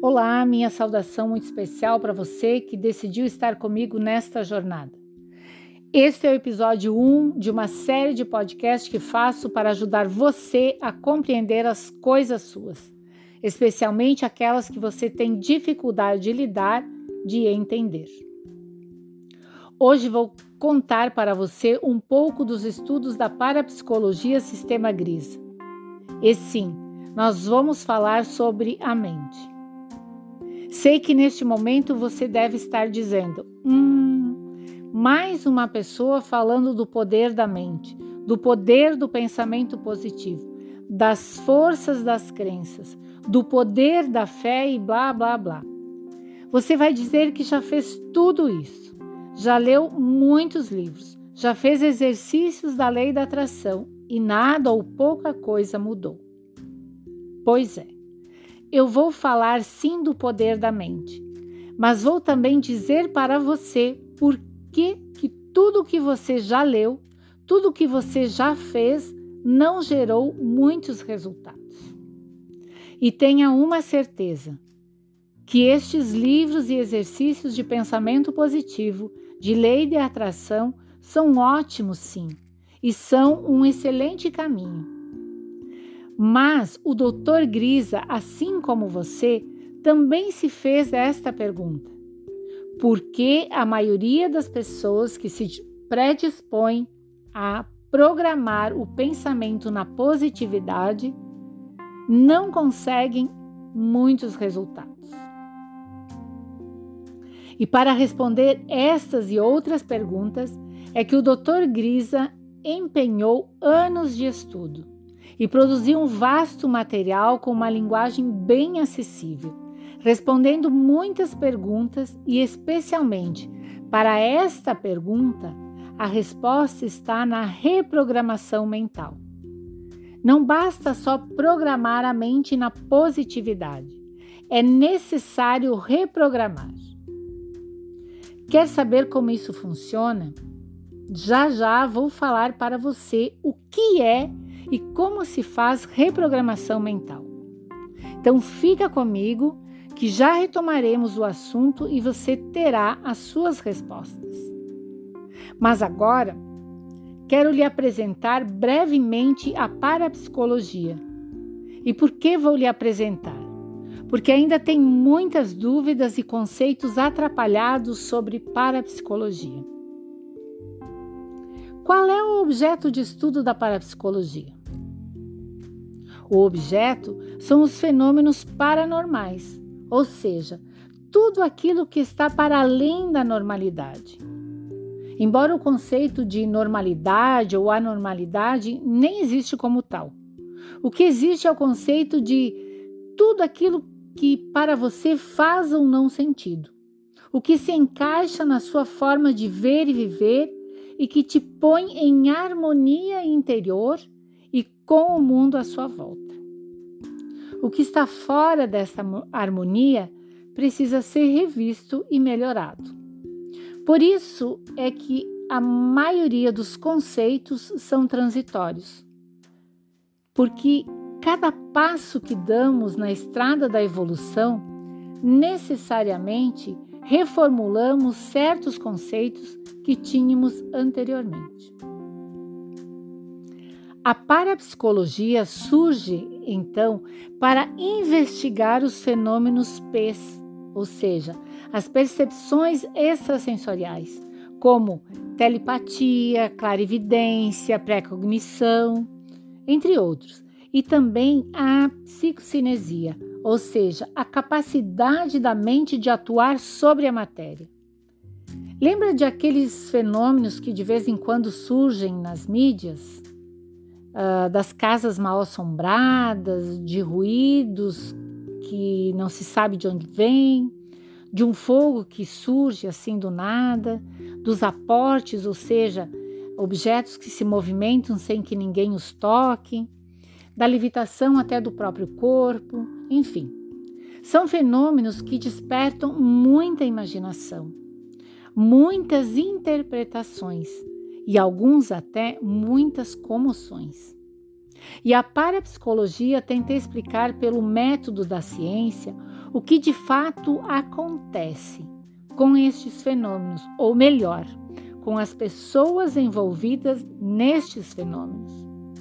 Olá, minha saudação muito especial para você que decidiu estar comigo nesta jornada. Este é o episódio 1 de uma série de podcasts que faço para ajudar você a compreender as coisas suas, especialmente aquelas que você tem dificuldade de lidar, de entender. Hoje vou contar para você um pouco dos estudos da parapsicologia Sistema Grisa. E sim, nós vamos falar sobre a mente. Sei que neste momento você deve estar dizendo, mais uma pessoa falando do poder da mente, do poder do pensamento positivo, das forças das crenças, do poder da fé e blá, blá, blá. Você vai dizer que já fez tudo isso, já leu muitos livros, já fez exercícios da lei da atração e nada ou pouca coisa mudou. Pois é. Eu vou falar sim do poder da mente, mas vou também dizer para você por que tudo que você já leu, tudo que você já fez, não gerou muitos resultados. E tenha uma certeza, que estes livros e exercícios de pensamento positivo, de lei de atração, são ótimos sim, e são um excelente caminho. Mas o Dr. Grisa, assim como você, também se fez esta pergunta. Por que a maioria das pessoas que se predispõem a programar o pensamento na positividade não conseguem muitos resultados? E para responder estas e outras perguntas, é que o Dr. Grisa empenhou anos de estudo e produziu um vasto material com uma linguagem bem acessível, respondendo muitas perguntas e, especialmente, para esta pergunta, a resposta está na reprogramação mental. Não basta só programar a mente na positividade, é necessário reprogramar. Quer saber como isso funciona? Já vou falar para você o que é e como se faz reprogramação mental. Então fica comigo que já retomaremos o assunto e você terá as suas respostas. Mas agora, quero lhe apresentar brevemente a parapsicologia. E por que vou lhe apresentar? Porque ainda tem muitas dúvidas e conceitos atrapalhados sobre parapsicologia. Qual é o objeto de estudo da parapsicologia? O objeto são os fenômenos paranormais, ou seja, tudo aquilo que está para além da normalidade. Embora o conceito de normalidade ou anormalidade nem existe como tal. O que existe é o conceito de tudo aquilo que para você faz ou não sentido. O que se encaixa na sua forma de ver e viver e que te põe em harmonia interior e com o mundo à sua volta. O que está fora dessa harmonia precisa ser revisto e melhorado. Por isso é que a maioria dos conceitos são transitórios, porque cada passo que damos na estrada da evolução, necessariamente reformulamos certos conceitos que tínhamos anteriormente. A parapsicologia surge, então, para investigar os fenômenos P's, ou seja, as percepções extrasensoriais, como telepatia, clarividência, pré-cognição, entre outros, e também a psicocinesia, ou seja, a capacidade da mente de atuar sobre a matéria. Lembra de aqueles fenômenos que de vez em quando surgem nas mídias? Das casas mal assombradas, de ruídos que não se sabe de onde vem, de um fogo que surge assim do nada, dos aportes, ou seja, objetos que se movimentam sem que ninguém os toque, da levitação até do próprio corpo, enfim. São fenômenos que despertam muita imaginação, muitas interpretações e alguns até muitas comoções. E a parapsicologia tenta explicar pelo método da ciência o que de fato acontece com estes fenômenos, ou melhor, com as pessoas envolvidas nestes fenômenos.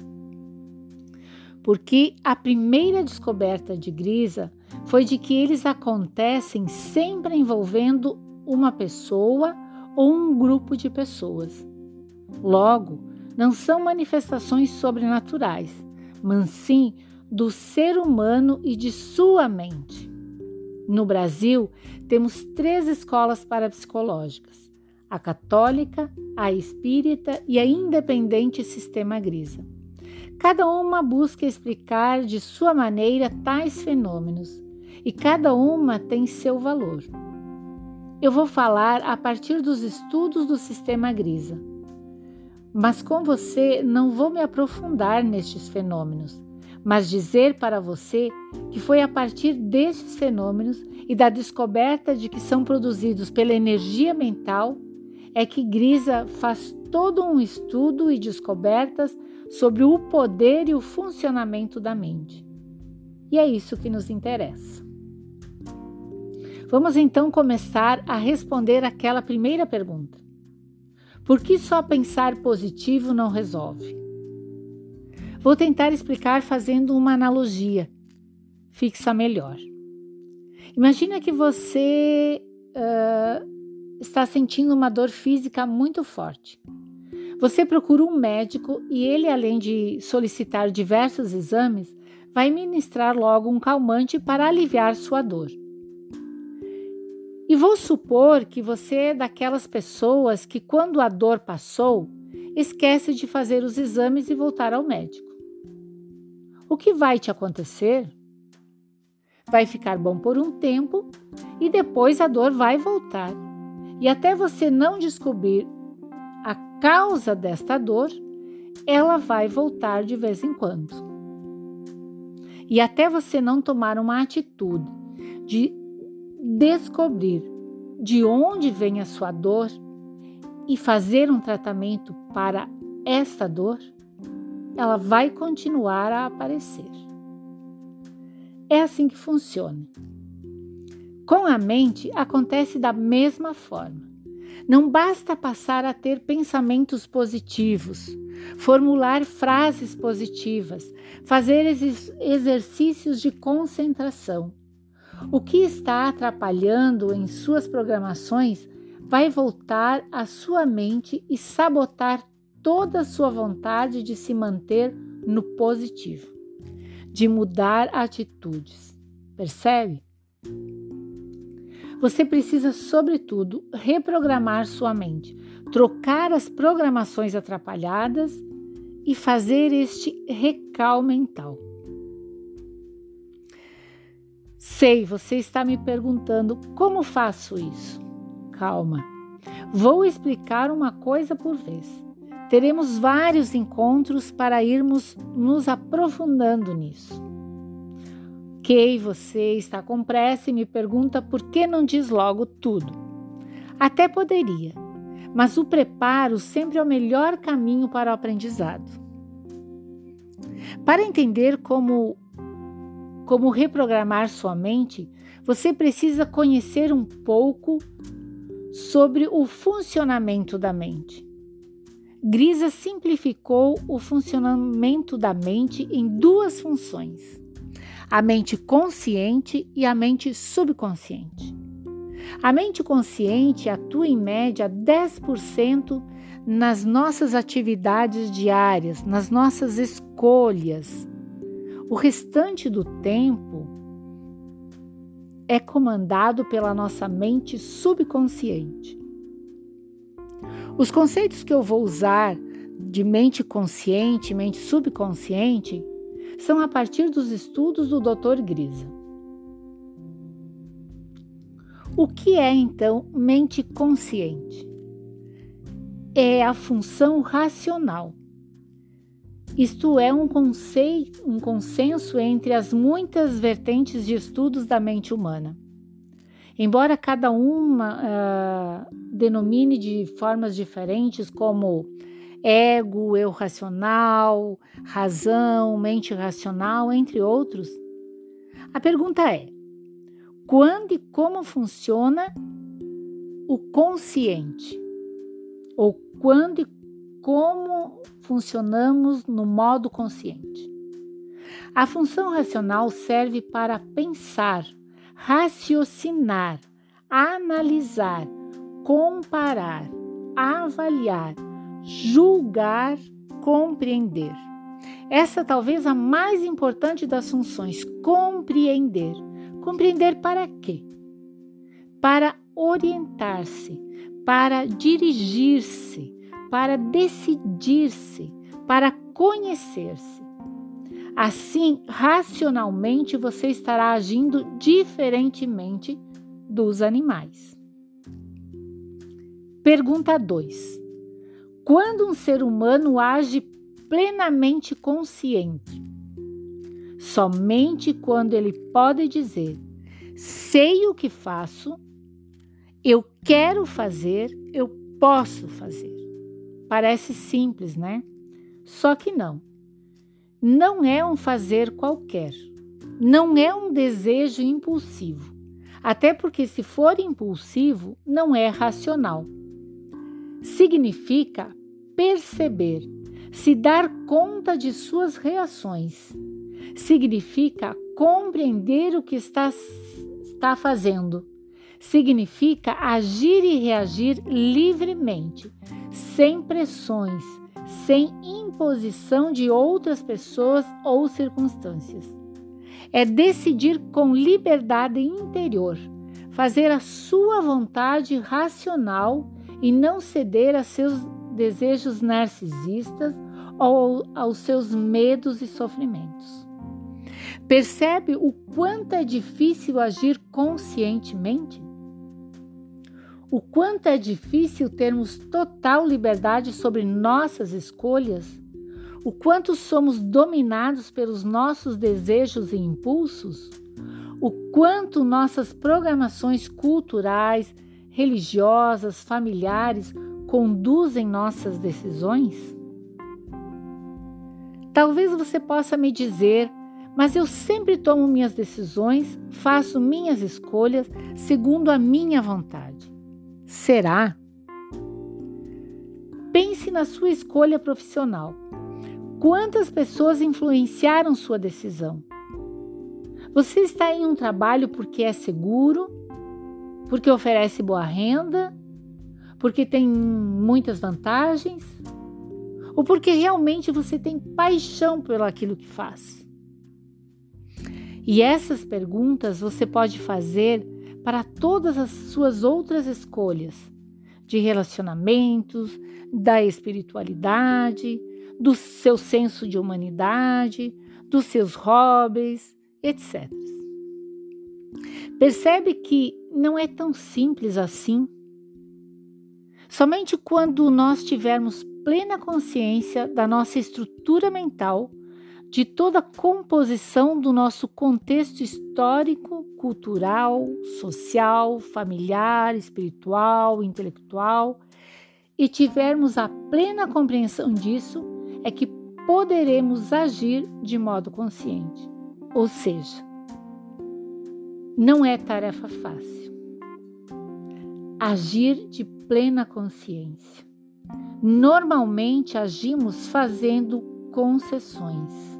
Porque a primeira descoberta de Grisa foi de que eles acontecem sempre envolvendo uma pessoa ou um grupo de pessoas. Logo, não são manifestações sobrenaturais, mas sim do ser humano e de sua mente. No Brasil, temos 3 escolas parapsicológicas: a católica, a espírita e a independente Sistema Grisa. Cada uma busca explicar de sua maneira tais fenômenos, e cada uma tem seu valor. Eu vou falar a partir dos estudos do Sistema Grisa, mas com você não vou me aprofundar nestes fenômenos, mas dizer para você que foi a partir destes fenômenos e da descoberta de que são produzidos pela energia mental é que Grisa faz todo um estudo e descobertas sobre o poder e o funcionamento da mente. E é isso que nos interessa. Vamos então começar a responder aquela primeira pergunta. Por que só pensar positivo não resolve? Vou tentar explicar fazendo uma analogia. Fixa melhor. Imagina que você está sentindo uma dor física muito forte. Você procura um médico e ele, além de solicitar diversos exames, vai ministrar logo um calmante para aliviar sua dor. E vou supor que você é daquelas pessoas que, quando a dor passou, esquece de fazer os exames e voltar ao médico. O que vai te acontecer? Vai ficar bom por um tempo e depois a dor vai voltar. E até você não descobrir a causa desta dor, ela vai voltar de vez em quando. E até você não tomar uma atitude de descobrir de onde vem a sua dor e fazer um tratamento para esta dor, ela vai continuar a aparecer. É assim que funciona. Com a mente acontece da mesma forma. Não basta passar a ter pensamentos positivos, formular frases positivas, fazer exercícios de concentração. O que está atrapalhando em suas programações vai voltar à sua mente e sabotar toda a sua vontade de se manter no positivo, de mudar atitudes. Percebe? Você precisa, sobretudo, reprogramar sua mente, trocar as programações atrapalhadas e fazer este recal mental. Sei, você está me perguntando como faço isso. Calma, vou explicar uma coisa por vez. Teremos vários encontros para irmos nos aprofundando nisso. Ok, você está com pressa e me pergunta por que não diz logo tudo. Até poderia, mas o preparo sempre é o melhor caminho para o aprendizado. Para entender como reprogramar sua mente, você precisa conhecer um pouco sobre o funcionamento da mente. Grisa simplificou o funcionamento da mente em 2 funções: a mente consciente e a mente subconsciente. A mente consciente atua em média 10% nas nossas atividades diárias, nas nossas escolhas. O restante do tempo é comandado pela nossa mente subconsciente. Os conceitos que eu vou usar de mente consciente e mente subconsciente são a partir dos estudos do Dr. Grisa. O que é, então, mente consciente? É a função racional. Isto é um consenso entre as muitas vertentes de estudos da mente humana. Embora cada uma denomine de formas diferentes, como ego, eu racional, razão, mente racional, entre outros, a pergunta é: quando e como funciona o consciente, ou quando e como funcionamos no modo consciente. A função racional serve para pensar, raciocinar, analisar, comparar, avaliar, julgar, compreender. Essa talvez a mais importante das funções, compreender. Compreender para quê? Para orientar-se, para dirigir-se, para decidir-se, para conhecer-se. Assim, racionalmente, você estará agindo diferentemente dos animais. Pergunta 2. Quando um ser humano age plenamente consciente? Somente quando ele pode dizer: sei o que faço, eu quero fazer, eu posso fazer. Parece simples, né? Só que não. Não é um fazer qualquer. Não é um desejo impulsivo. Até porque, se for impulsivo, não é racional. Significa perceber, se dar conta de suas reações. Significa compreender o que está fazendo. Significa agir e reagir livremente, sem pressões, sem imposição de outras pessoas ou circunstâncias. É decidir com liberdade interior, fazer a sua vontade racional e não ceder a seus desejos narcisistas ou aos seus medos e sofrimentos. Percebe o quanto é difícil agir conscientemente? O quanto é difícil termos total liberdade sobre nossas escolhas? O quanto somos dominados pelos nossos desejos e impulsos? O quanto nossas programações culturais, religiosas, familiares conduzem nossas decisões? Talvez você possa me dizer: mas eu sempre tomo minhas decisões, faço minhas escolhas segundo a minha vontade. Será? Pense na sua escolha profissional. Quantas pessoas influenciaram sua decisão? Você está em um trabalho porque é seguro, porque oferece boa renda, porque tem muitas vantagens, ou porque realmente você tem paixão pelo aquilo que faz? E essas perguntas você pode fazer para todas as suas outras escolhas, de relacionamentos, da espiritualidade, do seu senso de humanidade, dos seus hobbies, etc. Percebe que não é tão simples assim? Somente quando nós tivermos plena consciência da nossa estrutura mental, de toda a composição do nosso contexto histórico, cultural, social, familiar, espiritual, intelectual, e tivermos a plena compreensão disso, é que poderemos agir de modo consciente. Ou seja, não é tarefa fácil. Agir de plena consciência. Normalmente agimos fazendo concessões.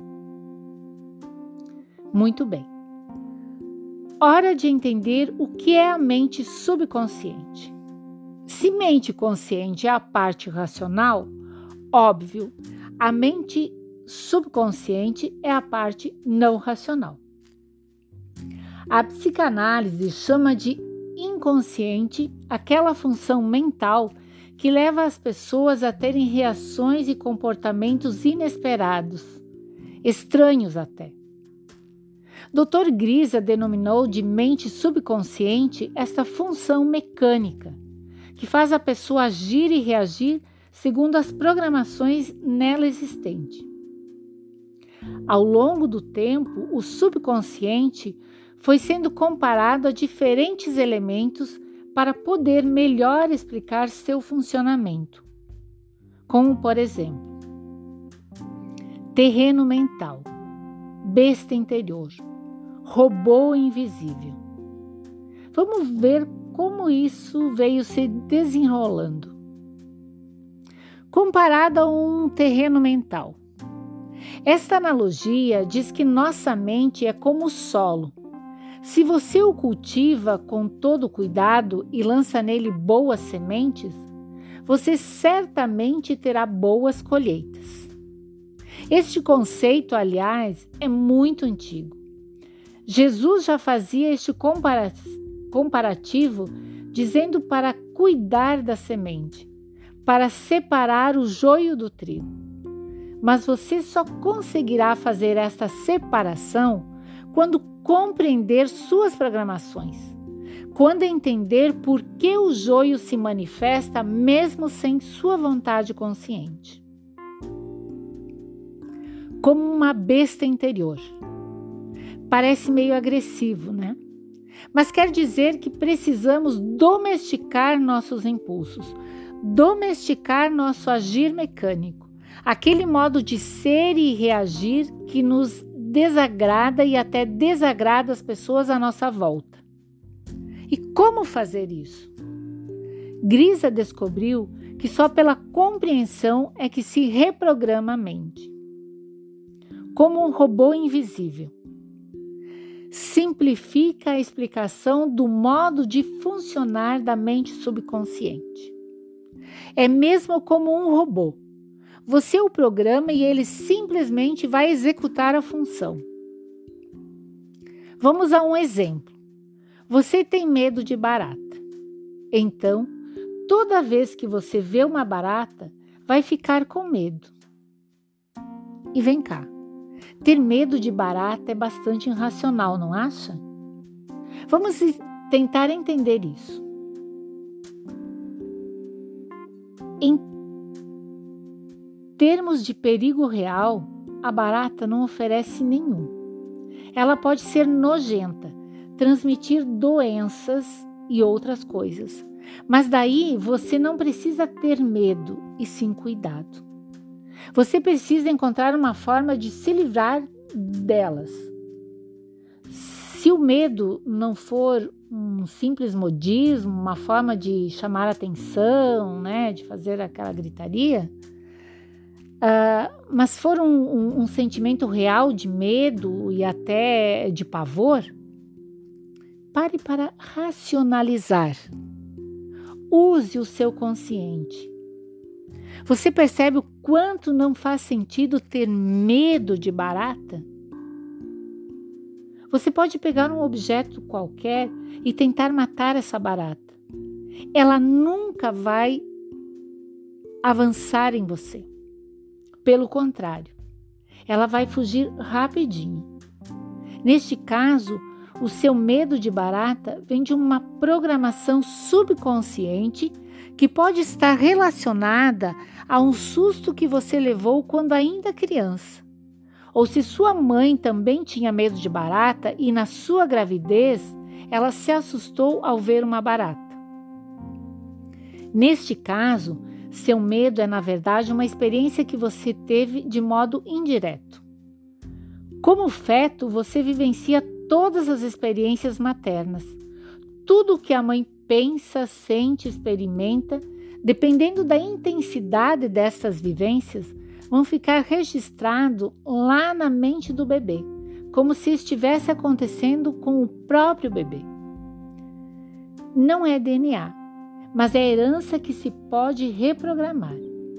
Muito bem. Hora de entender o que é a mente subconsciente. Se mente consciente é a parte racional, óbvio, a mente subconsciente é a parte não racional. A psicanálise chama de inconsciente aquela função mental que leva as pessoas a terem reações e comportamentos inesperados, estranhos até. Dr. Grisa denominou de mente subconsciente esta função mecânica, que faz a pessoa agir e reagir segundo as programações nela existentes. Ao longo do tempo, o subconsciente foi sendo comparado a diferentes elementos para poder melhor explicar seu funcionamento, como, por exemplo, terreno mental, besta interior, robô invisível. Vamos ver como isso veio se desenrolando. Comparado a um terreno mental. Esta analogia diz que nossa mente é como o solo. Se você o cultiva com todo cuidado e lança nele boas sementes, você certamente terá boas colheitas. Este conceito, aliás, é muito antigo. Jesus já fazia este comparativo dizendo para cuidar da semente, para separar o joio do trigo. Mas você só conseguirá fazer esta separação quando compreender suas programações, quando entender por que o joio se manifesta mesmo sem sua vontade consciente. Como uma besta interior. Parece meio agressivo, né? Mas quer dizer que precisamos domesticar nossos impulsos, domesticar nosso agir mecânico, aquele modo de ser e reagir que nos desagrada e até desagrada as pessoas à nossa volta. E como fazer isso? Grisa descobriu que só pela compreensão é que se reprograma a mente. Como um robô invisível. Simplifica a explicação do modo de funcionar da mente subconsciente. É mesmo como um robô. Você o programa e ele simplesmente vai executar a função. Vamos a um exemplo. Você tem medo de barata. Então, toda vez que você vê uma barata, vai ficar com medo. E vem cá. Ter medo de barata é bastante irracional, não acha? Vamos tentar entender isso. Em termos de perigo real, a barata não oferece nenhum. Ela pode ser nojenta, transmitir doenças e outras coisas. Mas daí você não precisa ter medo, e sim cuidado. Você precisa encontrar uma forma de se livrar delas. Se o medo não for um simples modismo, uma forma de chamar atenção, né, de fazer aquela gritaria, mas for um sentimento real de medo e até de pavor, pare para racionalizar. Use o seu consciente. Você percebe o quanto não faz sentido ter medo de barata? Você pode pegar um objeto qualquer e tentar matar essa barata. Ela nunca vai avançar em você. Pelo contrário, ela vai fugir rapidinho. Neste caso, o seu medo de barata vem de uma programação subconsciente que pode estar relacionada a um susto que você levou quando ainda criança. Ou se sua mãe também tinha medo de barata e na sua gravidez ela se assustou ao ver uma barata. Neste caso, seu medo é na verdade uma experiência que você teve de modo indireto. Como feto, você vivencia todas as experiências maternas. Tudo o que a mãe pensa, sente, experimenta, dependendo da intensidade dessas vivências, vão ficar registrados lá na mente do bebê, como se estivesse acontecendo com o próprio bebê. Não é DNA, mas é herança que se pode reprogramar.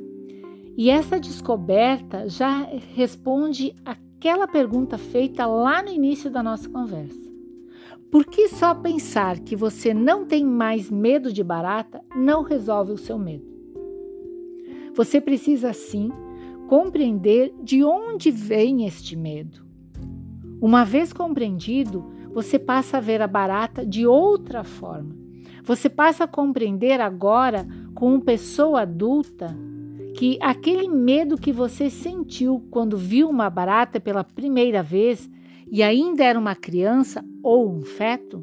E essa descoberta já responde àquela pergunta feita lá no início da nossa conversa. Por que só pensar que você não tem mais medo de barata não resolve o seu medo? Você precisa, sim, compreender de onde vem este medo. Uma vez compreendido, você passa a ver a barata de outra forma. Você passa a compreender agora, como pessoa adulta, que aquele medo que você sentiu quando viu uma barata pela primeira vez e ainda era uma criança ou um feto,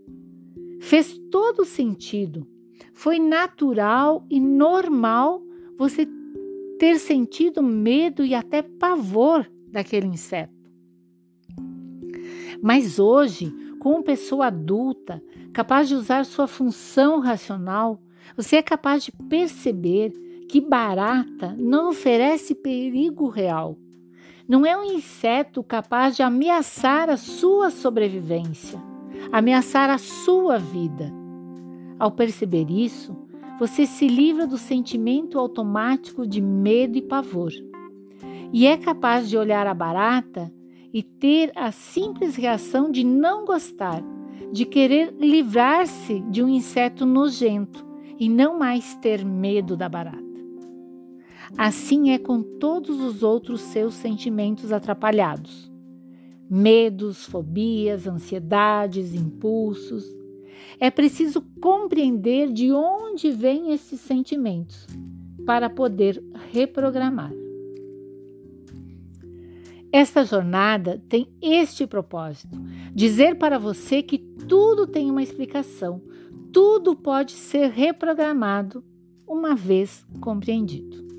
fez todo sentido. Foi natural e normal você ter sentido medo e até pavor daquele inseto. Mas hoje, como pessoa adulta, capaz de usar sua função racional, você é capaz de perceber que barata não oferece perigo real. Não é um inseto capaz de ameaçar a sua sobrevivência, ameaçar a sua vida. Ao perceber isso, você se livra do sentimento automático de medo e pavor. E é capaz de olhar a barata e ter a simples reação de não gostar, de querer livrar-se de um inseto nojento e não mais ter medo da barata. Assim é com todos os outros seus sentimentos atrapalhados. Medos, fobias, ansiedades, impulsos. É preciso compreender de onde vêm esses sentimentos para poder reprogramar. Esta jornada tem este propósito: dizer para você que tudo tem uma explicação, tudo pode ser reprogramado uma vez compreendido.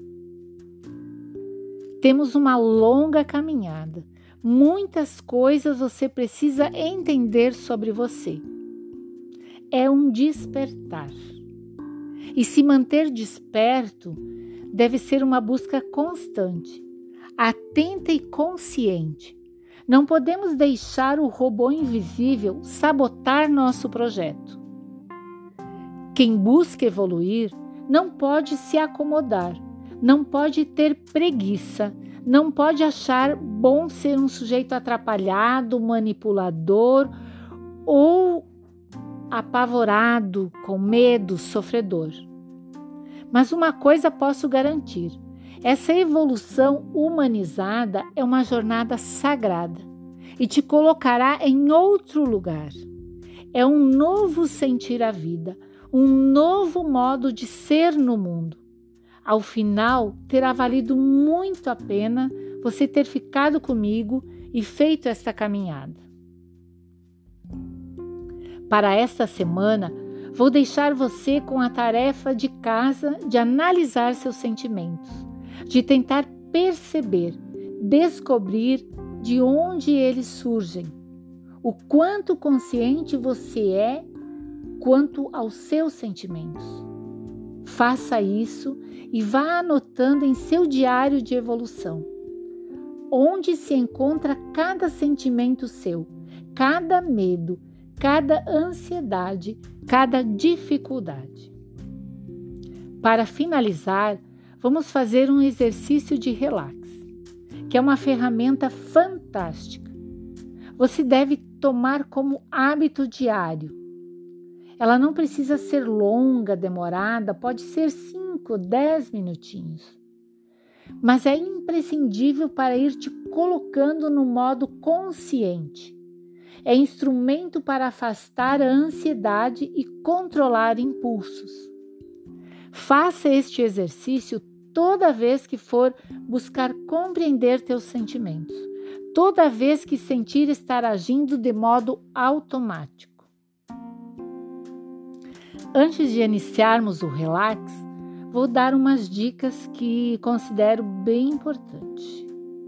Temos uma longa caminhada. Muitas coisas você precisa entender sobre você. É um despertar. E se manter desperto deve ser uma busca constante, atenta e consciente. Não podemos deixar o robô invisível sabotar nosso projeto. Quem busca evoluir não pode se acomodar. Não pode ter preguiça, não pode achar bom ser um sujeito atrapalhado, manipulador ou apavorado, com medo, sofredor. Mas uma coisa posso garantir: essa evolução humanizada é uma jornada sagrada e te colocará em outro lugar. É um novo sentir a vida, um novo modo de ser no mundo. Ao final, terá valido muito a pena você ter ficado comigo e feito esta caminhada. Para esta semana, vou deixar você com a tarefa de casa de analisar seus sentimentos, de tentar perceber, descobrir de onde eles surgem, o quanto consciente você é quanto aos seus sentimentos. Faça isso e vá anotando em seu diário de evolução onde se encontra cada sentimento seu, cada medo, cada ansiedade, cada dificuldade. Para finalizar, vamos fazer um exercício de relax, que é uma ferramenta fantástica. Você deve tomar como hábito diário. Ela não precisa ser longa, demorada, pode ser 5, 10 minutinhos. Mas é imprescindível para ir te colocando no modo consciente. É instrumento para afastar a ansiedade e controlar impulsos. Faça este exercício toda vez que for buscar compreender teus sentimentos, toda vez que sentir estar agindo de modo automático. Antes de iniciarmos o relax, vou dar umas dicas que considero bem importantes.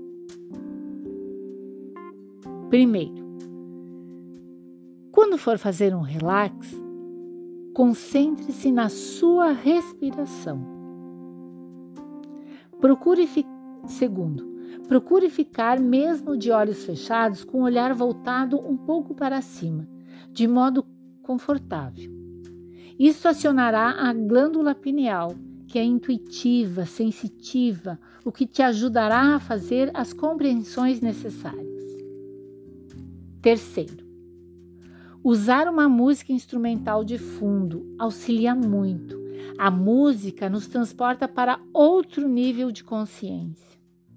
Primeiro, quando for fazer um relax, concentre-se na sua respiração. Segundo, procure ficar mesmo de olhos fechados com o olhar voltado um pouco para cima, de modo confortável. Isso acionará a glândula pineal, que é intuitiva, sensitiva, o que te ajudará a fazer as compreensões necessárias. Terceiro, usar uma música instrumental de fundo auxilia muito. A música nos transporta para outro nível de consciência.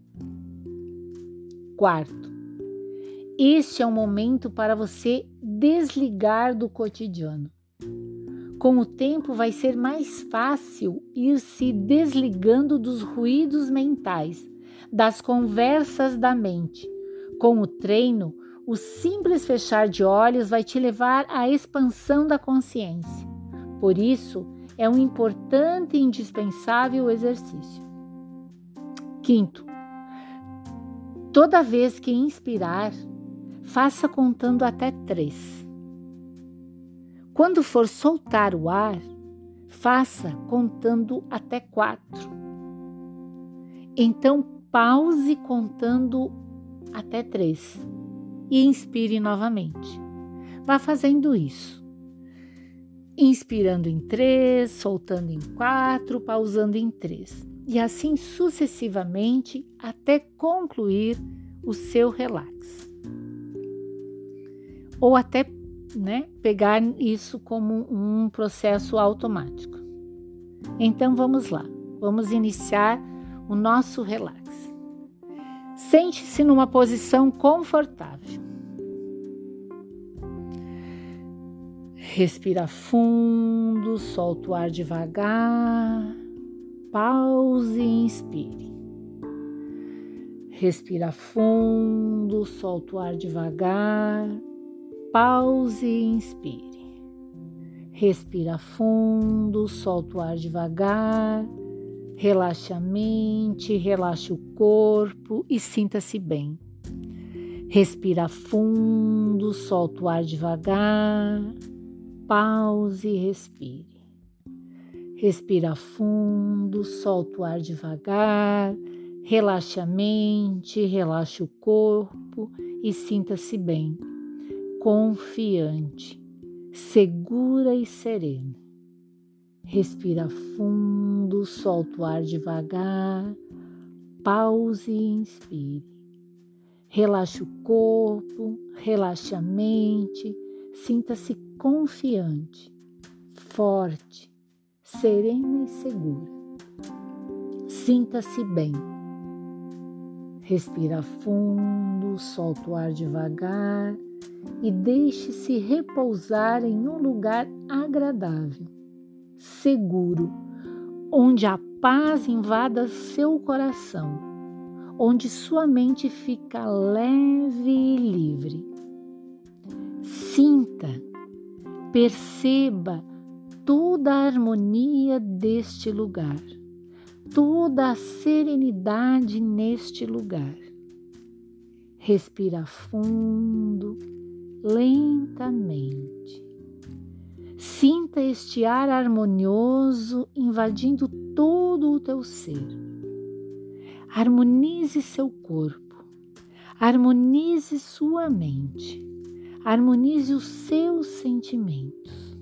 Quarto, este é um momento para você desligar do cotidiano. Com o tempo vai ser mais fácil ir se desligando dos ruídos mentais, das conversas da mente. Com o treino, o simples fechar de olhos vai te levar à expansão da consciência. Por isso, é um importante e indispensável exercício. Quinto, toda vez que inspirar, faça contando até 3. Quando for soltar o ar, faça contando até 4. Então, pause contando até 3 e inspire novamente. Vá fazendo isso. Inspirando em 3, soltando em 4, pausando em 3. E assim sucessivamente até concluir o seu relax. Ou até pegar isso como um processo automático. Então vamos lá, vamos iniciar o nosso relax. Sente-se numa posição confortável. Respira fundo, solta o ar devagar, pause e inspire. Respira fundo, solta o ar devagar, pause e inspire. Respira fundo, solta o ar devagar, relaxe a mente, relaxe o corpo e sinta-se bem. Respira fundo, solta o ar devagar, pause e respire. Respira fundo, solta o ar devagar, relaxe a mente, relaxe o corpo e sinta-se bem, confiante, segura e serena. Respira fundo, solta o ar devagar, pause e inspire. Relaxe o corpo, relaxe a mente, sinta-se confiante, forte, serena e segura. Sinta-se bem. Respira fundo, solta o ar devagar e deixe-se repousar em um lugar agradável, seguro, onde a paz invada seu coração, onde sua mente fica leve e livre. Sinta, perceba toda a harmonia deste lugar, toda a serenidade neste lugar. Respira fundo, lentamente. Sinta este ar harmonioso invadindo todo o teu ser. Harmonize seu corpo, harmonize sua mente, harmonize os seus sentimentos.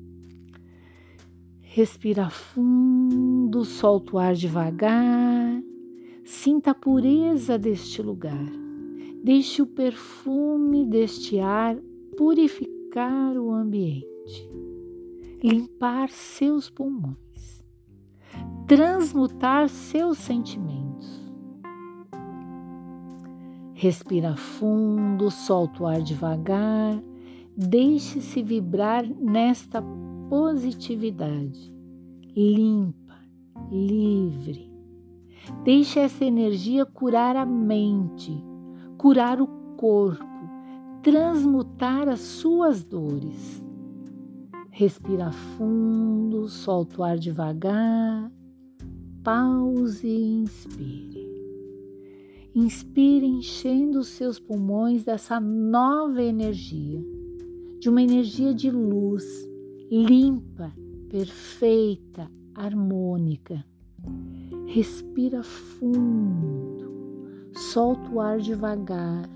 Respira fundo, solta o ar devagar, sinta a pureza deste lugar. Deixe o perfume deste ar purificar o ambiente, limpar seus pulmões, transmutar seus sentimentos. Respira fundo, solta o ar devagar, deixe-se vibrar nesta positividade, limpa, livre. Deixe essa energia curar a mente, curar o corpo, transmutar as suas dores. Respira fundo, solta o ar devagar, pause e inspire. Inspire enchendo os seus pulmões dessa nova energia, de uma energia de luz, limpa, perfeita, harmônica. Respira fundo, solta o ar devagar,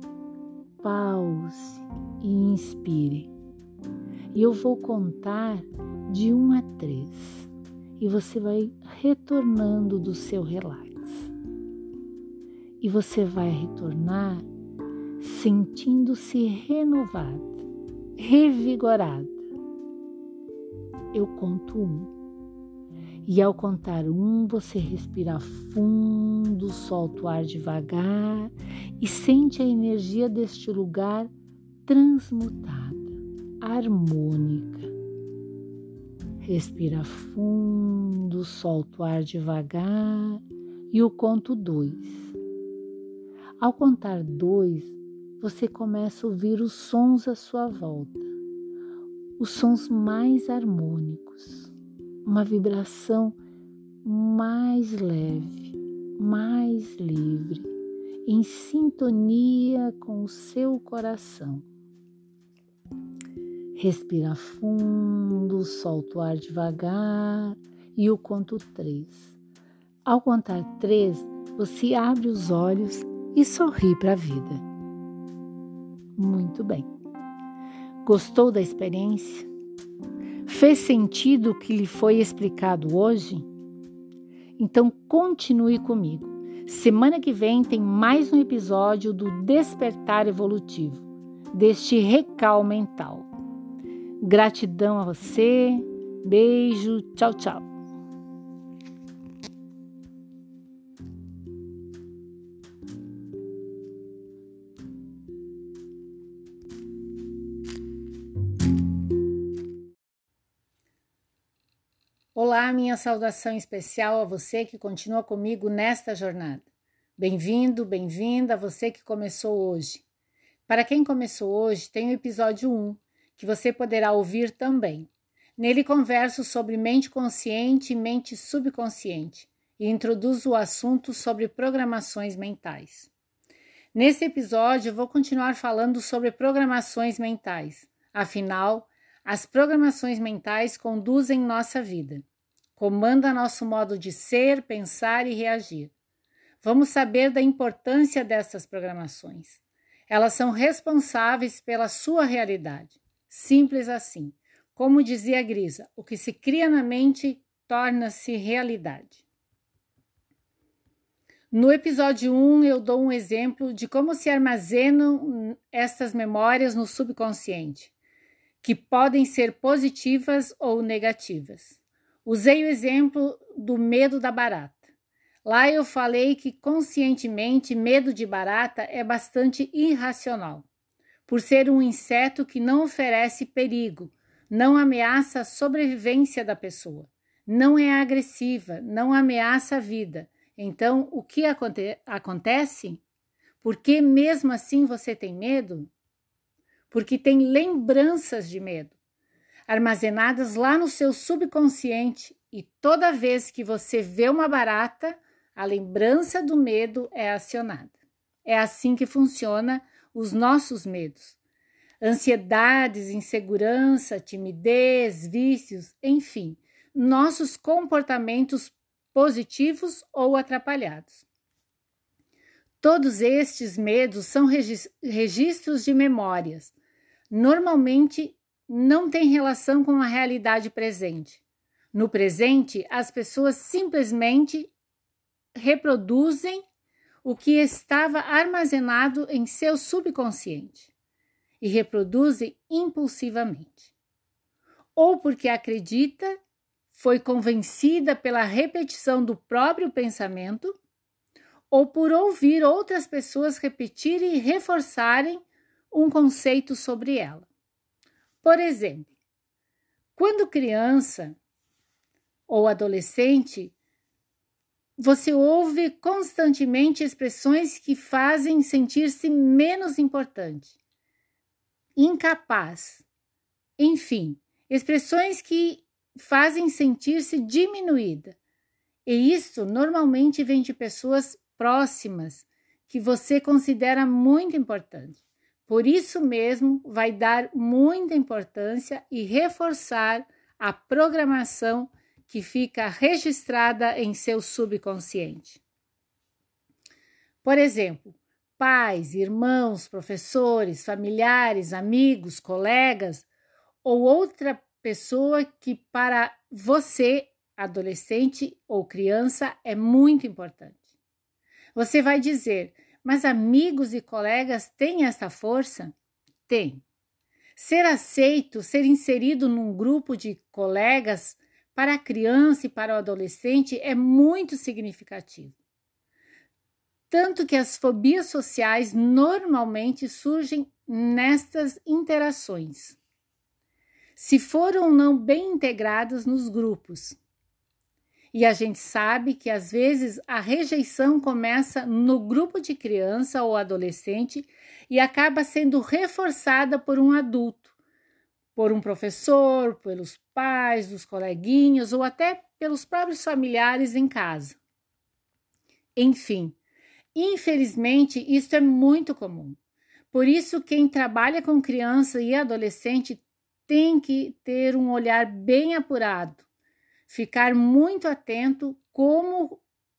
pause e inspire. E eu vou contar de 1 a 3 e você vai retornando do seu relax. E você vai retornar sentindo-se renovada, revigorada. Eu conto 1. E ao contar 1, você respira fundo, solta o ar devagar e sente a energia deste lugar transmutada, harmônica. Respira fundo, solta o ar devagar e eu conto 2. Ao contar 2, você começa a ouvir os sons à sua volta, os sons mais harmônicos, uma vibração mais leve, mais livre, em sintonia com o seu coração. Respira fundo, solta o ar devagar e eu conto 3. Ao contar 3, você abre os olhos e sorri para a vida. Muito bem. Gostou da experiência? Fez sentido o que lhe foi explicado hoje? Então continue comigo. Semana que vem tem mais um episódio do Despertar Evolutivo, deste recal mental. Gratidão a você, beijo, tchau, tchau. Olá, minha saudação especial a você que continua comigo nesta jornada. Bem-vindo, bem-vinda a você que começou hoje. Para quem começou hoje, tem o episódio 1, que você poderá ouvir também. Nele converso sobre mente consciente e mente subconsciente e introduzo o assunto sobre programações mentais. Nesse episódio, eu vou continuar falando sobre programações mentais. Afinal, as programações mentais conduzem nossa vida, comandam nosso modo de ser, pensar e reagir. Vamos saber da importância dessas programações. Elas são responsáveis pela sua realidade. Simples assim. Como dizia Grisa, o que se cria na mente torna-se realidade. No episódio 1, eu dou um exemplo de como se armazenam estas memórias no subconsciente, que podem ser positivas ou negativas. Usei o exemplo do medo da barata. Lá eu falei que conscientemente medo de barata é bastante irracional, por ser um inseto que não oferece perigo, não ameaça a sobrevivência da pessoa, não é agressiva, não ameaça a vida. Então, o que acontece? Por que mesmo assim você tem medo? Porque tem lembranças de medo, armazenadas lá no seu subconsciente, e toda vez que você vê uma barata, a lembrança do medo é acionada. É assim que funciona os nossos medos. Ansiedades, insegurança, timidez, vícios, enfim, nossos comportamentos positivos ou atrapalhados. Todos estes medos são registros de memórias. Normalmente não têm relação com a realidade presente. No presente, as pessoas simplesmente reproduzem o que estava armazenado em seu subconsciente e reproduzem impulsivamente. Ou porque acredita, foi convencida pela repetição do próprio pensamento, ou por ouvir outras pessoas repetirem e reforçarem um conceito sobre ela. Por exemplo, quando criança ou adolescente, você ouve constantemente expressões que fazem sentir-se menos importante, incapaz, enfim, expressões que fazem sentir-se diminuída. E isso normalmente vem de pessoas próximas que você considera muito importante. Por isso mesmo, vai dar muita importância e reforçar a programação que fica registrada em seu subconsciente. Por exemplo, pais, irmãos, professores, familiares, amigos, colegas ou outra pessoa que para você, adolescente ou criança, é muito importante. Você vai dizer, mas amigos e colegas têm essa força? Tem. Ser aceito, ser inserido num grupo de colegas para a criança e para o adolescente é muito significativo. Tanto que as fobias sociais normalmente surgem nestas interações, se foram ou não bem integradas nos grupos. E a gente sabe que às vezes a rejeição começa no grupo de criança ou adolescente e acaba sendo reforçada por um adulto, por um professor, pelos pais, dos coleguinhas ou até pelos próprios familiares em casa. Enfim, infelizmente isso é muito comum. Por isso, quem trabalha com criança e adolescente tem que ter um olhar bem apurado, ficar muito atento como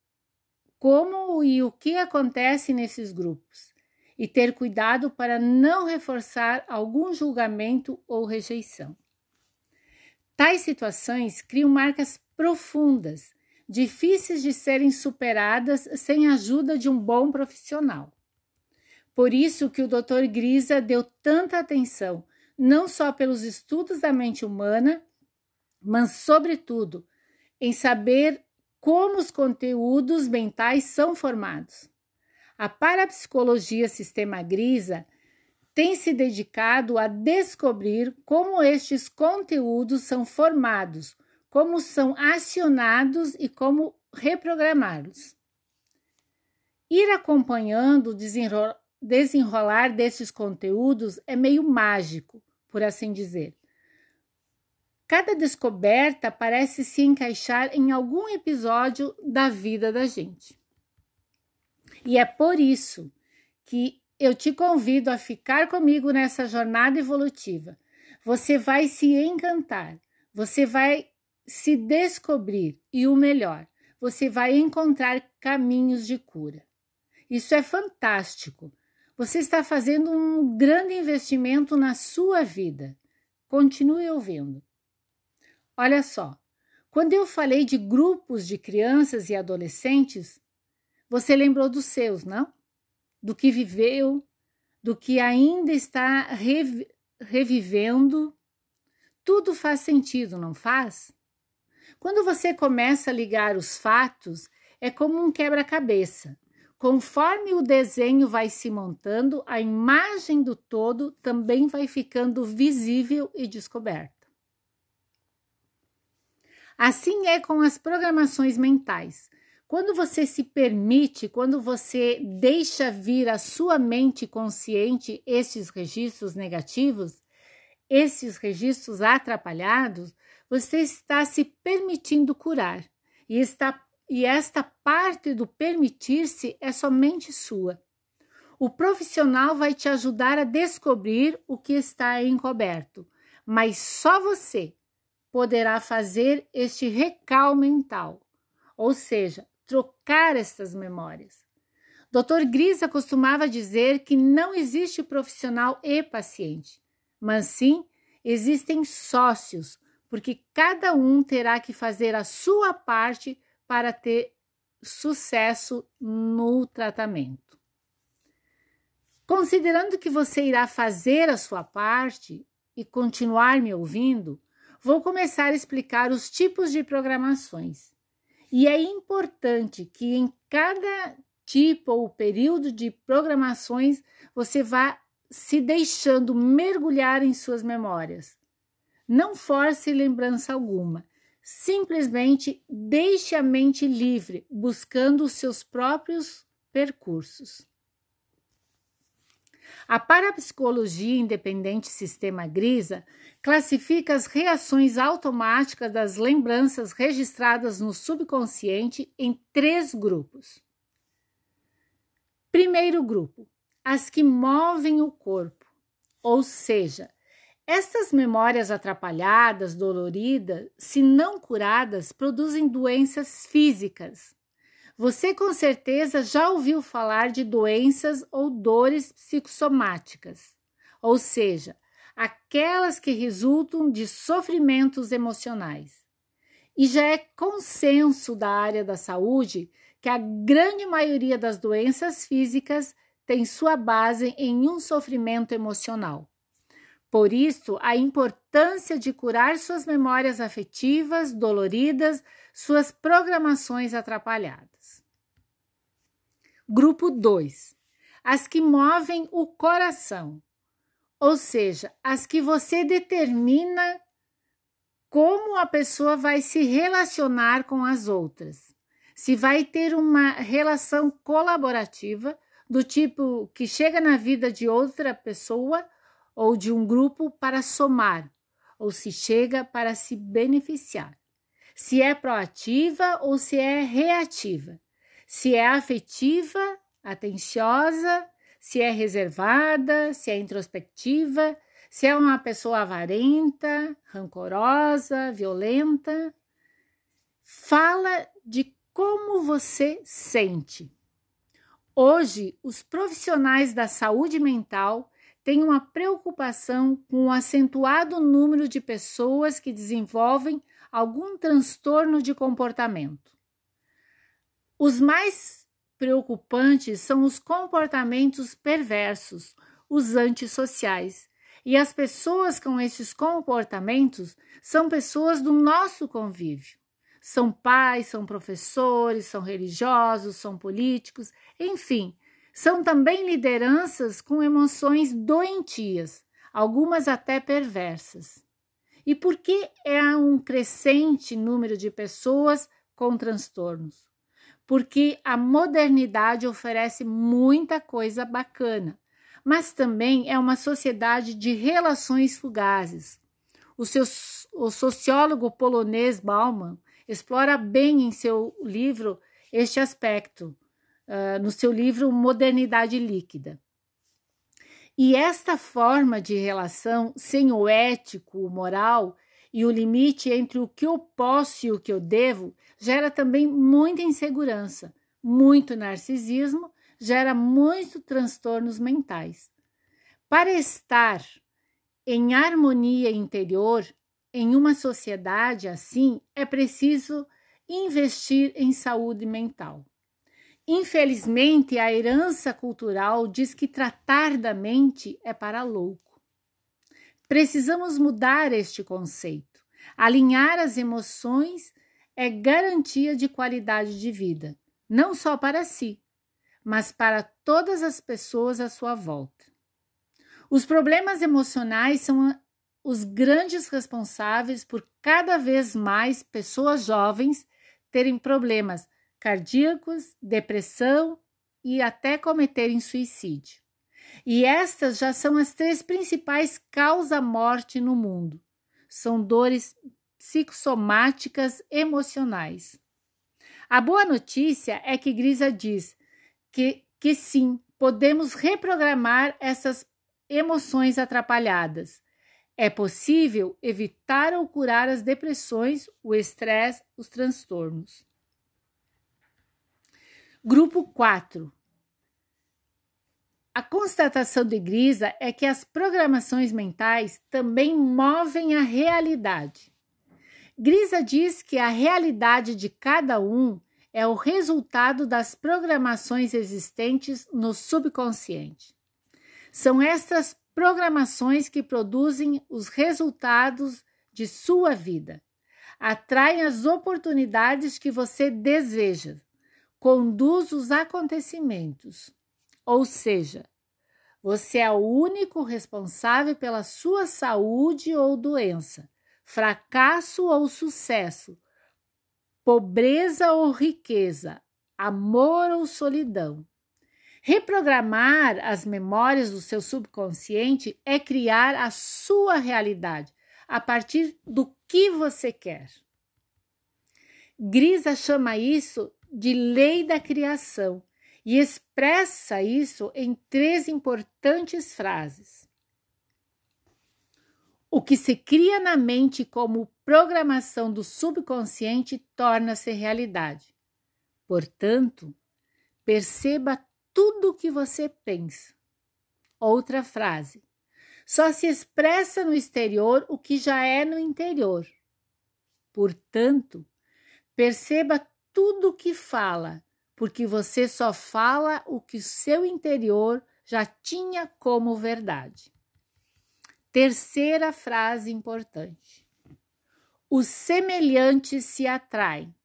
e o que acontece nesses grupos e ter cuidado para não reforçar algum julgamento ou rejeição. Tais situações criam marcas profundas, difíceis de serem superadas sem a ajuda de um bom profissional. Por isso que o Dr. Grisa deu tanta atenção, não só pelos estudos da mente humana, mas, sobretudo, em saber como os conteúdos mentais são formados. A parapsicologia Sistema Grisa tem se dedicado a descobrir como estes conteúdos são formados, como são acionados e como reprogramá-los. Ir acompanhando o desenrolar desses conteúdos é meio mágico, por assim dizer. Cada descoberta parece se encaixar em algum episódio da vida da gente. E é por isso que eu te convido a ficar comigo nessa jornada evolutiva. Você vai se encantar, você vai se descobrir e o melhor, você vai encontrar caminhos de cura. Isso é fantástico. Você está fazendo um grande investimento na sua vida. Continue ouvindo. Olha só, quando eu falei de grupos de crianças e adolescentes, você lembrou dos seus, não? Do que viveu, do que ainda está revivendo. Tudo faz sentido, não faz? Quando você começa a ligar os fatos, é como um quebra-cabeça. Conforme o desenho vai se montando, a imagem do todo também vai ficando visível e descoberta. Assim é com as programações mentais. Quando você se permite, quando você deixa vir à sua mente consciente esses registros negativos, esses registros atrapalhados, você está se permitindo curar. E esta parte do permitir-se é somente sua. O profissional vai te ajudar a descobrir o que está encoberto, mas só você poderá fazer este recal mental, ou seja, trocar estas memórias. Dr. Grisa costumava dizer que não existe profissional e paciente, mas sim existem sócios, porque cada um terá que fazer a sua parte para ter sucesso no tratamento. Considerando que você irá fazer a sua parte e continuar me ouvindo, vou começar a explicar os tipos de programações. E é importante que em cada tipo ou período de programações você vá se deixando mergulhar em suas memórias. Não force lembrança alguma. Simplesmente deixe a mente livre, buscando os seus próprios percursos. A parapsicologia independente Sistema Grisa classifica as reações automáticas das lembranças registradas no subconsciente em 3 grupos. Primeiro grupo, as que movem o corpo, ou seja, estas memórias atrapalhadas, doloridas, se não curadas, produzem doenças físicas. Você com certeza já ouviu falar de doenças ou dores psicossomáticas, ou seja, aquelas que resultam de sofrimentos emocionais. E já é consenso da área da saúde que a grande maioria das doenças físicas tem sua base em um sofrimento emocional. Por isso, a importância de curar suas memórias afetivas, doloridas, suas programações atrapalhadas. Grupo 2. As que movem o coração, ou seja, as que você determina como a pessoa vai se relacionar com as outras. Se vai ter uma relação colaborativa, do tipo que chega na vida de outra pessoa ou de um grupo para somar, ou se chega para se beneficiar. Se é proativa ou se é reativa. Se é afetiva, atenciosa, se é reservada, se é introspectiva, Se é uma pessoa avarenta, rancorosa, violenta, fala de como você sente. Hoje, os profissionais da saúde mental têm uma preocupação com o acentuado número de pessoas que desenvolvem algum transtorno de comportamento. Os mais preocupantes são os comportamentos perversos, os antissociais. E as pessoas com esses comportamentos são pessoas do nosso convívio. São pais, são professores, são religiosos, são políticos, enfim, são também lideranças com emoções doentias, algumas até perversas. E por que há um crescente número de pessoas com transtornos? Porque a modernidade oferece muita coisa bacana, mas também é uma sociedade de relações fugazes. O sociólogo polonês Bauman explora bem em seu livro este aspecto, no seu livro Modernidade Líquida. E esta forma de relação sem o ético, o moral e o limite entre o que eu posso e o que eu devo gera também muita insegurança, muito narcisismo, gera muitos transtornos mentais. Para estar em harmonia interior, em uma sociedade assim, é preciso investir em saúde mental. Infelizmente, a herança cultural diz que tratar da mente é para louco. Precisamos mudar este conceito. Alinhar as emoções é garantia de qualidade de vida, não só para si, mas para todas as pessoas à sua volta. Os problemas emocionais são os grandes responsáveis por cada vez mais pessoas jovens terem problemas cardíacos, depressão e até cometerem suicídio. E estas já são as 3 principais causas-morte no mundo. São dores psicossomáticas emocionais. A boa notícia é que Grisa diz que sim, podemos reprogramar essas emoções atrapalhadas. É possível evitar ou curar as depressões, o estresse, os transtornos. Grupo 4. A constatação de Grisa é que as programações mentais também movem a realidade. Grisa diz que a realidade de cada um é o resultado das programações existentes no subconsciente. São estas programações que produzem os resultados de sua vida, atraem as oportunidades que você deseja, conduz os acontecimentos. Ou seja, você é o único responsável pela sua saúde ou doença, fracasso ou sucesso, pobreza ou riqueza, amor ou solidão. Reprogramar as memórias do seu subconsciente é criar a sua realidade a partir do que você quer. Grisa chama isso de lei da criação e expressa isso em 3 importantes frases. O que se cria na mente como programação do subconsciente torna-se realidade. Portanto, perceba tudo o que você pensa. Outra frase. Só se expressa no exterior o que já é no interior. Portanto, perceba tudo o que fala, porque você só fala o que o seu interior já tinha como verdade. Terceira frase importante. Os semelhantes se atraem.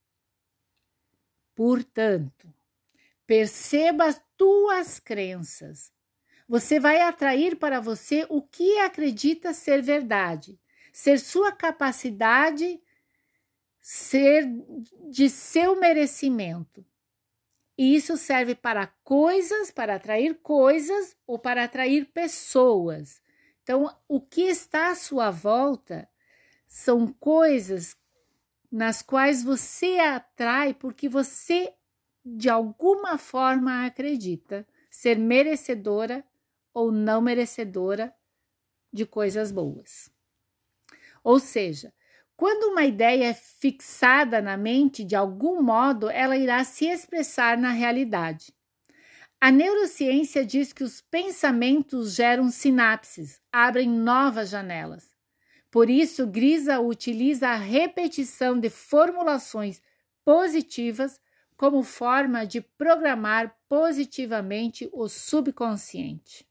Portanto, perceba as tuas crenças. Você vai atrair para você o que acredita ser verdade, ser sua capacidade, ser de seu merecimento. E isso serve para coisas, para atrair coisas ou para atrair pessoas. Então, o que está à sua volta são coisas nas quais você atrai porque você, de alguma forma, acredita ser merecedora ou não merecedora de coisas boas. Ou seja, quando uma ideia é fixada na mente, de algum modo, ela irá se expressar na realidade. A neurociência diz que os pensamentos geram sinapses, abrem novas janelas. Por isso, Grisa utiliza a repetição de formulações positivas como forma de programar positivamente o subconsciente.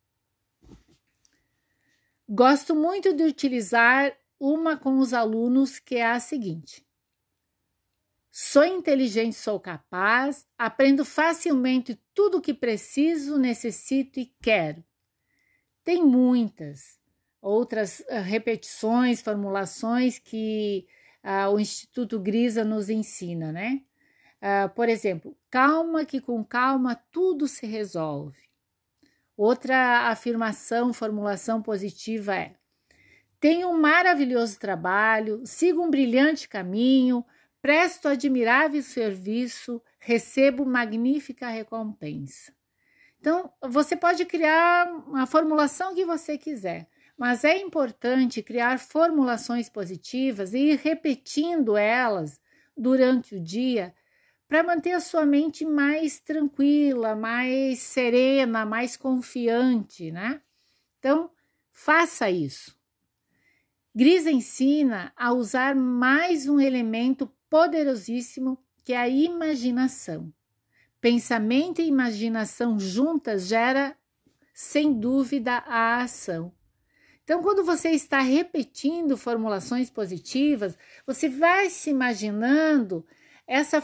Gosto muito de utilizar uma com os alunos, que é a seguinte: sou inteligente, sou capaz, aprendo facilmente tudo o que preciso, necessito e quero. Tem muitas outras repetições, formulações que o Instituto Grisa nos ensina, né? Por exemplo, calma que com calma tudo se resolve. Outra afirmação, formulação positiva é: tenho um maravilhoso trabalho, sigo um brilhante caminho, presto admirável serviço, recebo magnífica recompensa. Então, você pode criar a formulação que você quiser, mas é importante criar formulações positivas e ir repetindo elas durante o dia para manter a sua mente mais tranquila, mais serena, mais confiante, né? Então, faça isso. Grisa ensina a usar mais um elemento poderosíssimo, que é a imaginação. Pensamento e imaginação juntas gera, sem dúvida, a ação. Então, quando você está repetindo formulações positivas, você vai se imaginando essa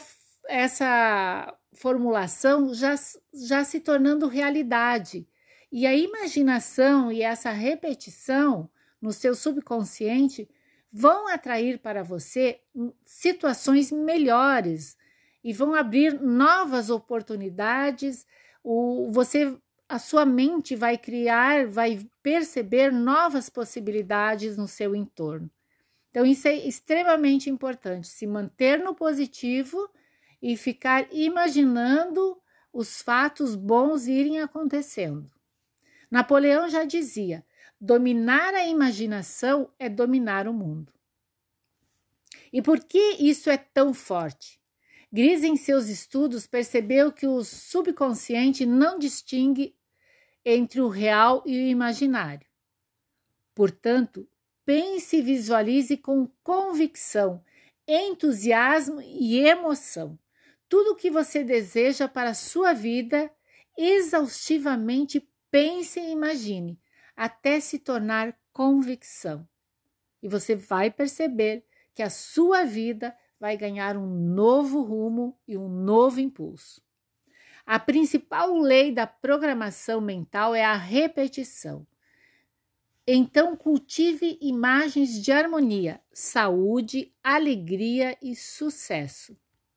formulação já se tornando realidade. E a imaginação e essa repetição no seu subconsciente vão atrair para você situações melhores e vão abrir novas oportunidades. A sua mente vai perceber novas possibilidades no seu entorno. Então, isso é extremamente importante, se manter no positivo e ficar imaginando os fatos bons irem acontecendo. Napoleão já dizia: dominar a imaginação é dominar o mundo. E por que isso é tão forte? Grisa, em seus estudos, percebeu que o subconsciente não distingue entre o real e o imaginário. Portanto, pense e visualize com convicção, entusiasmo e emoção tudo o que você deseja para a sua vida. Exaustivamente pense e imagine, até se tornar convicção. E você vai perceber que a sua vida vai ganhar um novo rumo e um novo impulso. A principal lei da programação mental é a repetição. Então, cultive imagens de harmonia, saúde, alegria e sucesso.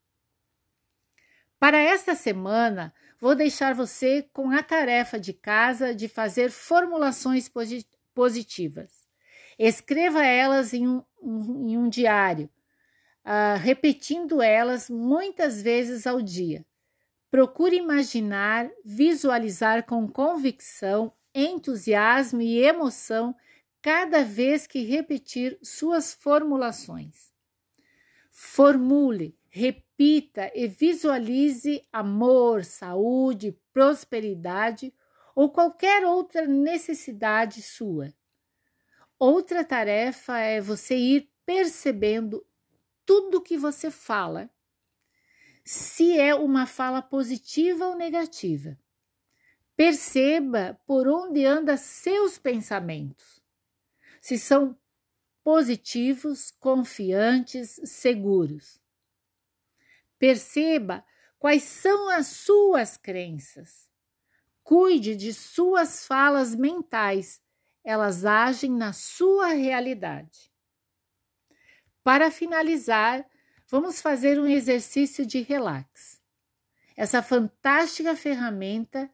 Para esta semana, vou deixar você com a tarefa de casa de fazer formulações positivas. Escreva elas em um diário, repetindo elas muitas vezes ao dia. Procure imaginar, visualizar com convicção, entusiasmo e emoção cada vez que repetir suas formulações. Formule, repita e visualize amor, saúde, prosperidade ou qualquer outra necessidade sua. Outra tarefa é você ir percebendo tudo que você fala, se é uma fala positiva ou negativa. Perceba por onde andam seus pensamentos, se são positivos, confiantes, seguros. Perceba quais são as suas crenças. Cuide de suas falas mentais, elas agem na sua realidade. Para finalizar, vamos fazer um exercício de relax. Essa fantástica ferramenta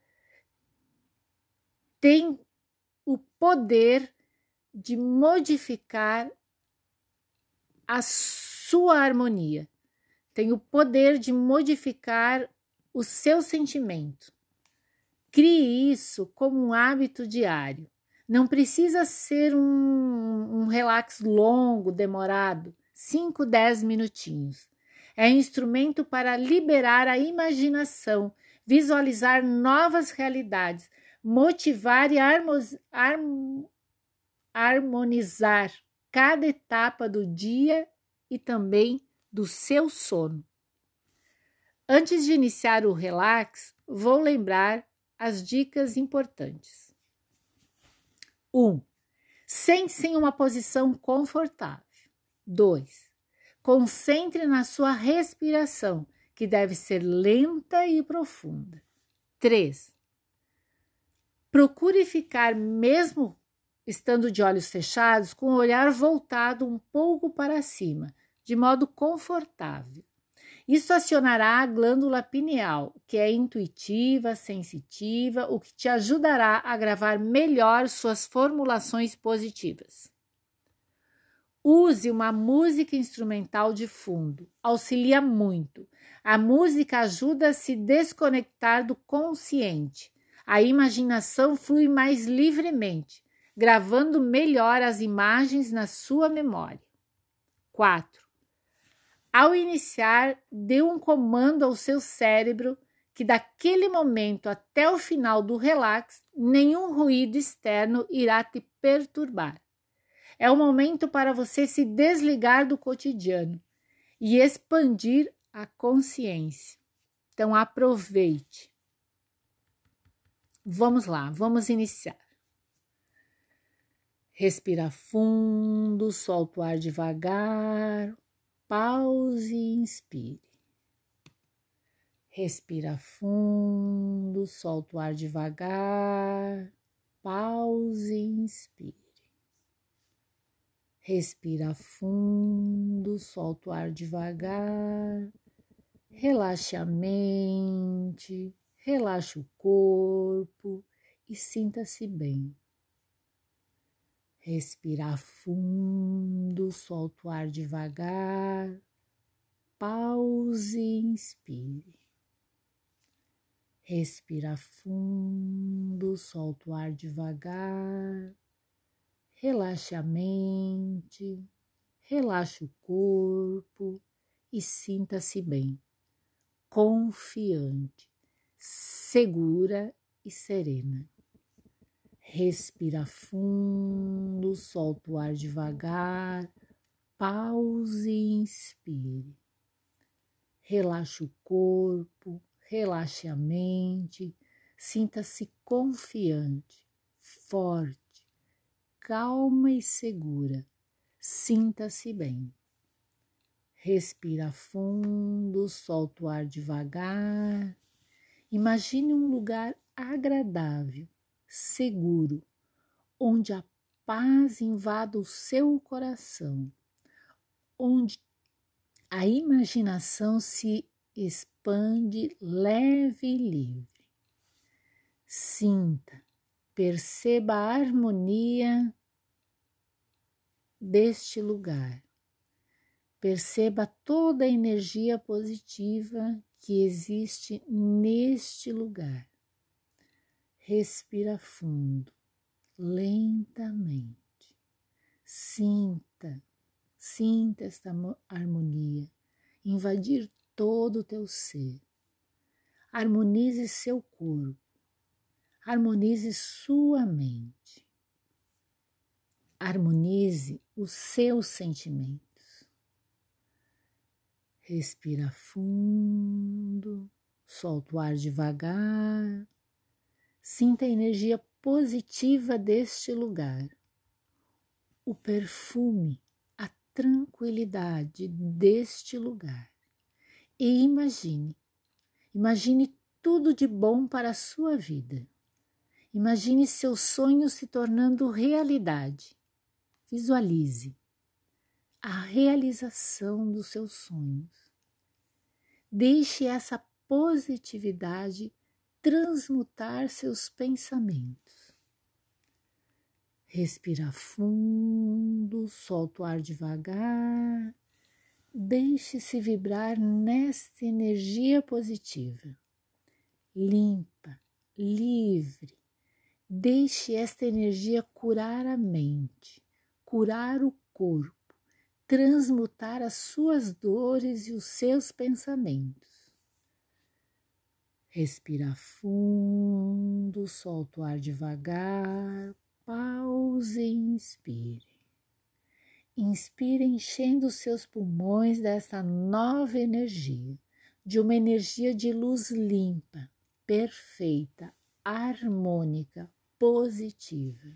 tem o poder de modificar a sua harmonia, tem o poder de modificar o seu sentimento. Crie isso como um hábito diário. Não precisa ser um relax longo, demorado, 5, 10 minutinhos. É instrumento para liberar a imaginação, visualizar novas realidades, motivar e harmonizar cada etapa do dia e também do seu sono. Antes de iniciar o relax, vou lembrar as dicas importantes. 1. Sente-se em uma posição confortável. 2. Concentre na sua respiração, que deve ser lenta e profunda. 3. Procure ficar, mesmo estando de olhos fechados, com o olhar voltado um pouco para cima, de modo confortável. Isso acionará a glândula pineal, que é intuitiva, sensitiva, o que te ajudará a gravar melhor suas formulações positivas. Use uma música instrumental de fundo, auxilia muito. A música ajuda a se desconectar do consciente. A imaginação flui mais livremente, gravando melhor as imagens na sua memória. 4. Ao iniciar, dê um comando ao seu cérebro que daquele momento até o final do relax, nenhum ruído externo irá te perturbar. É o momento para você se desligar do cotidiano e expandir a consciência. Então aproveite. Vamos lá, vamos iniciar. Respira fundo, solta o ar devagar. Pause e inspire. Respira fundo, solta o ar devagar. Pause e inspire. Respira fundo, solta o ar devagar. Relaxe a mente, relaxe o corpo e sinta-se bem. Respira fundo, solta o ar devagar, pause e inspire. Respira fundo, solta o ar devagar, relaxe a mente, relaxe o corpo e sinta-se bem, confiante, segura e serena. Respira fundo, solta o ar devagar, pause e inspire. Relaxe o corpo, relaxe a mente, sinta-se confiante, forte, calma e segura. Sinta-se bem. Respira fundo, solta o ar devagar. Imagine um lugar agradável, seguro, onde a paz invada o seu coração, onde a imaginação se expande leve e livre. Sinta, perceba a harmonia deste lugar. Perceba toda a energia positiva que existe neste lugar. Respira fundo, lentamente. Sinta esta harmonia invadir todo o teu ser. Harmonize seu corpo, harmonize sua mente, harmonize os seus sentimentos. Respira fundo, solta o ar devagar. Sinta a energia positiva deste lugar, o perfume, a tranquilidade deste lugar. E imagine tudo de bom para a sua vida. Imagine seus sonhos se tornando realidade. Visualize a realização dos seus sonhos. Deixe essa positividade transmutar seus pensamentos. Respira fundo, solta o ar devagar, deixe-se vibrar nesta energia positiva, limpa, livre, Deixe esta energia curar a mente, curar o corpo, transmutar as suas dores e os seus pensamentos. Respira fundo, solta o ar devagar, pause e inspire. Inspire enchendo os seus pulmões dessa nova energia, de uma energia de luz limpa, perfeita, harmônica, positiva.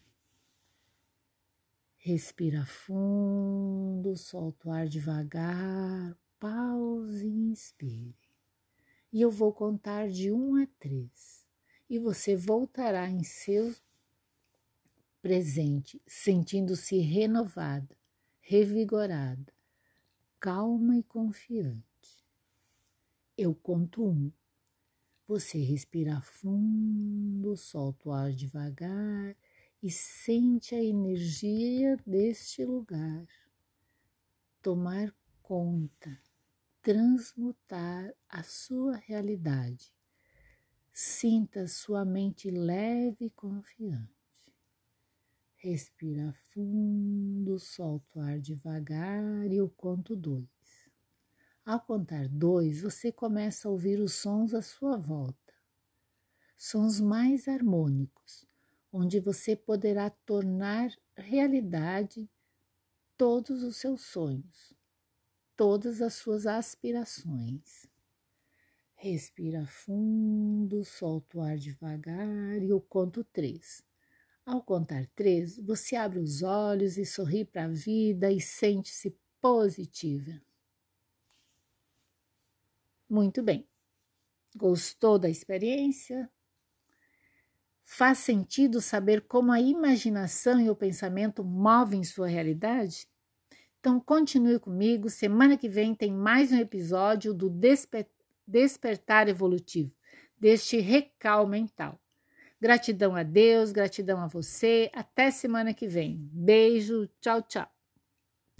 Respira fundo, solta o ar devagar, pause e inspire. E eu vou contar de 1 a 3. E você voltará em seu presente, sentindo-se renovada, revigorada, calma e confiante. Eu conto 1. Você respira fundo, solta o ar devagar e sente a energia deste lugar tomar conta, transmutar a sua realidade. Sinta sua mente leve e confiante. Respira fundo, solta o ar devagar e eu conto 2. Ao contar 2, você começa a ouvir os sons à sua volta. Sons mais harmônicos, onde você poderá tornar realidade todos os seus sonhos, todas as suas aspirações. Respira fundo, solta o ar devagar e eu conto 3. Ao contar 3, você abre os olhos e sorri para a vida e sente-se positiva. Muito bem. Gostou da experiência? Faz sentido saber como a imaginação e o pensamento movem sua realidade? Então continue comigo, semana que vem tem mais um episódio do Despertar Evolutivo, deste recal mental. Gratidão a Deus, gratidão a você, até semana que vem. Beijo, tchau, tchau.